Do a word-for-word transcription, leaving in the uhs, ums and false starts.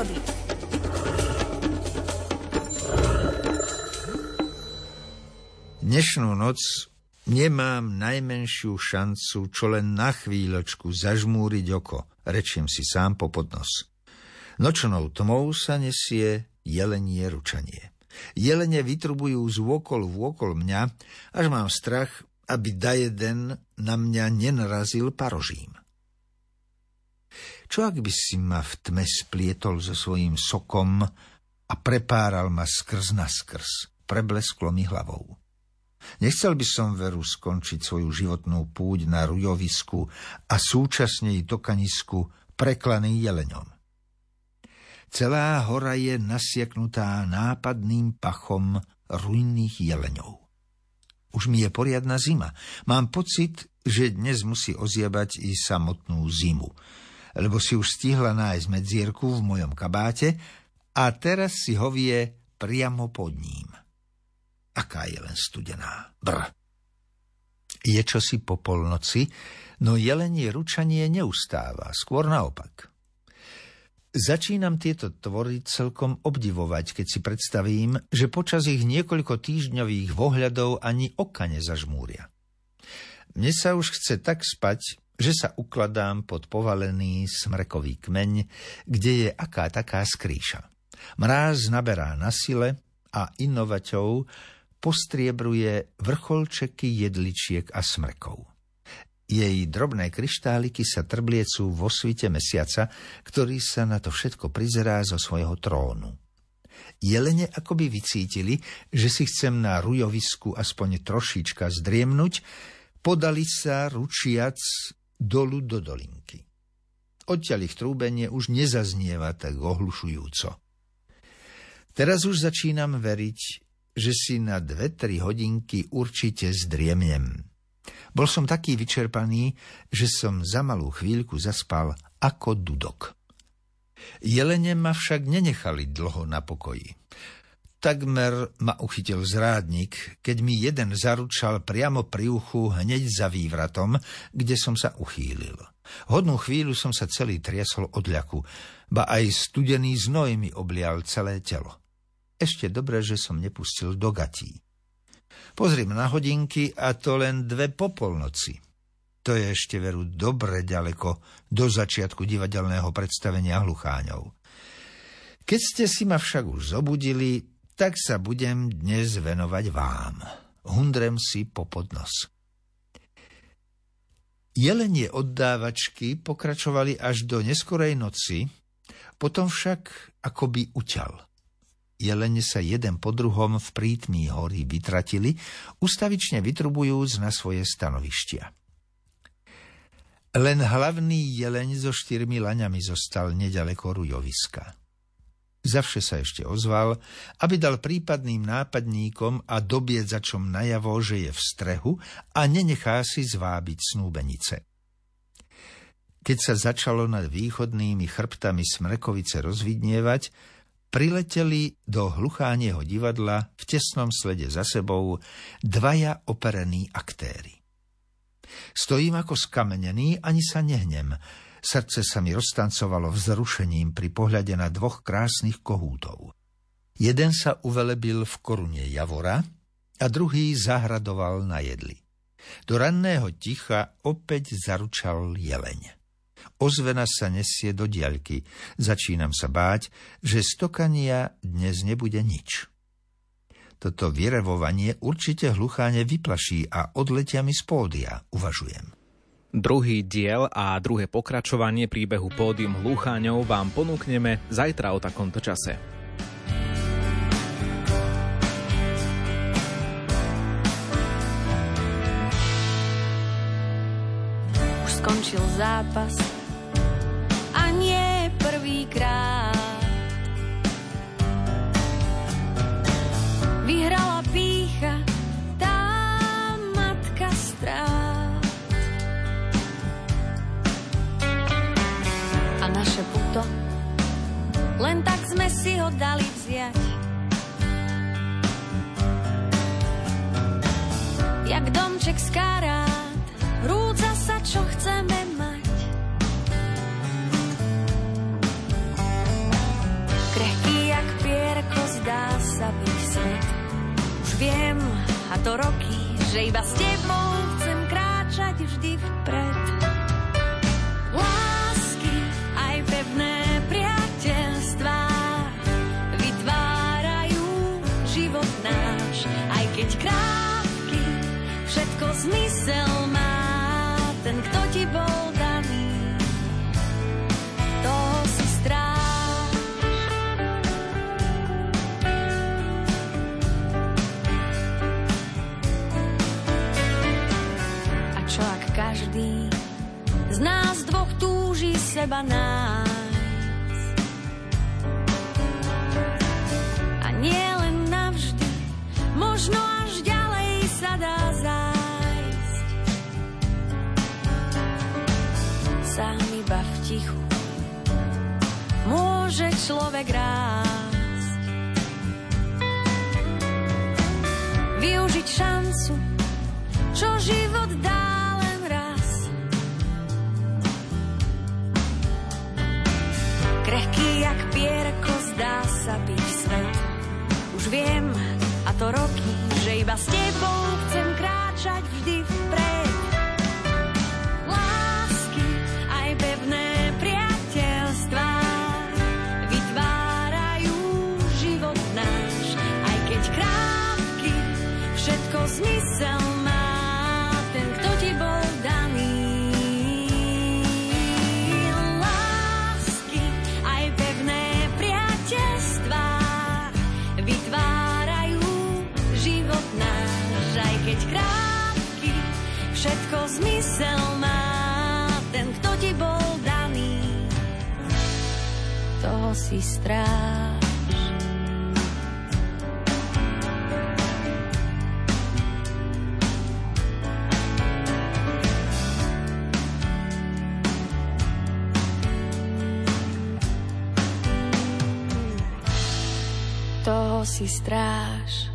prírody. Dnešnú noc nemám najmenšiu šancu, čo len na chvíľočku zažmúriť oko, rečiem si sám popod nos. Nočnou tmou sa nesie jelenie ručanie. Jelene vytrubujú z vôkol vôkol mňa, až mám strach, aby dajeden na mňa nenarazil parožím. Čo ak by si ma v tme splietol so svojím sokom a prepáral ma skrz na skrz, preblesklo mi hlavou. Nechcel by som veru skončiť svoju životnú púť na rujovisku a súčasne i tokanisku preklaný jeleňom. Celá hora je nasieknutá nápadným pachom rujných jeleňov. Už mi je poriadna zima. Mám pocit, že dnes musí oziebať i samotnú zimu, lebo si už stihla nájsť medzierku v mojom kabáte a teraz si ho vie priamo pod ním. Aká je len studená. Brr. Je čosi po polnoci, no jelenie ručanie neustáva, skôr naopak. Začínam tieto tvory celkom obdivovať, keď si predstavím, že počas ich niekoľko týždňových vohľadov ani oka nezažmúria. Mne sa už chce tak spať, že sa ukladám pod povalený smrekový kmeň, kde je aká taká skrýša. Mráz naberá na sile a inovaťou postriebruje vrcholčeky jedličiek a smrekov. Jej drobné kryštáliky sa trbliecú vo svite mesiaca, ktorý sa na to všetko prizerá zo svojho trónu. Jelene akoby vycítili, že si chcem na rujovisku aspoň trošička zdriemnuť, podali sa ručiac dolu do dolinky. Odtiaľ ich trúbenie už nezaznieva tak ohlušujúco. Teraz už začínam veriť, že si na dve, tri hodinky určite zdriemnem. Bol som taký vyčerpaný, že som za malú chvíľku zaspal ako dudok. Jelene ma však nenechali dlho na pokoji. Takmer ma uchytil zrádnik, keď mi jeden zaručal priamo pri uchu hneď za vývratom, kde som sa uchýlil. Hodnú chvíľu som sa celý triasol od ľaku, ba aj studený znoj mi oblial celé telo. Ešte dobre, že som nepustil do gatí. Pozriem na hodinky a to len dve po polnoci. To je ešte veru dobre ďaleko do začiatku divadelného predstavenia Hlucháňov. Keď ste si ma však už zobudili, tak sa budem dnes venovať vám. Hundrem si popod nos. Jelenie oddávačky pokračovali až do neskorej noci, potom však akoby uťal. Jelene sa jeden po druhom v prítmí hory vytratili, ustavične vytrubujúc na svoje stanovištia. Len hlavný jeleň so štyrmi laňami zostal neďaleko rujoviska. Zavše sa ešte ozval, aby dal prípadným nápadníkom a dobiedzačom najavo, že je v strehu a nenechá si zvábiť snúbenice. Keď sa začalo nad východnými chrbtami Smrekovice rozvidnievať, prileteli do Hluchánieho divadla v tesnom slede za sebou dvaja operení aktéri. Stojím ako skamenený, ani sa nehnem. Srdce sa mi roztancovalo vzrušením pri pohľade na dvoch krásnych kohútov. Jeden sa uvelebil v korune javora a druhý zahradoval na jedli. Do ranného ticha opäť zaručal jeleň. Ozvena sa nesie do diaľky. Začínam sa báť, že z tokania dnes nebude nič. Toto vyrevovanie určite Hlucháne vyplaší a odletia mi z pódia, uvažujem. Druhý diel a druhé pokračovanie príbehu Pódium Hlucháňov vám ponúkneme zajtra o takomto čase. Už skončil zápas a nie prvýkrát. Vyhrala pýcha, tá matka strát. A naše puto, len tak sme si ho dali vziať. Jak domček z karát, rúca sa, čo chceme mať. to roky, že iba s tebou chcem kráčať vždy vpred. Lásky aj pevné priateľstvá vytvárajú život náš, aj keď krátky, všetko zmysel má. Ten, kto ti bol daný, toho si stráž. A čo ak každý z nás dvoch túži seba nájsť? A nie len navždy, možno až ďalej sa dá zájsť. Sám iba v tichu môže človek rásť. Využiť šancu, čo život dá len raz. Krehký jak pierko zdá sa byť svet. Už viem, a to roky, že iba s tebou chcem kráčať vždy vpred. Lásky aj pevné priateľstvá vytvárajú život náš, aj keď krátky, všetko zmysel má. Ten, kto ti bol daný. Lásky aj pevné priateľstvá vytvárajú život náš, aj keď krátky, všetko zmysel má. Ten, kto ti bol daný, toho si stráž. Toho si stráž.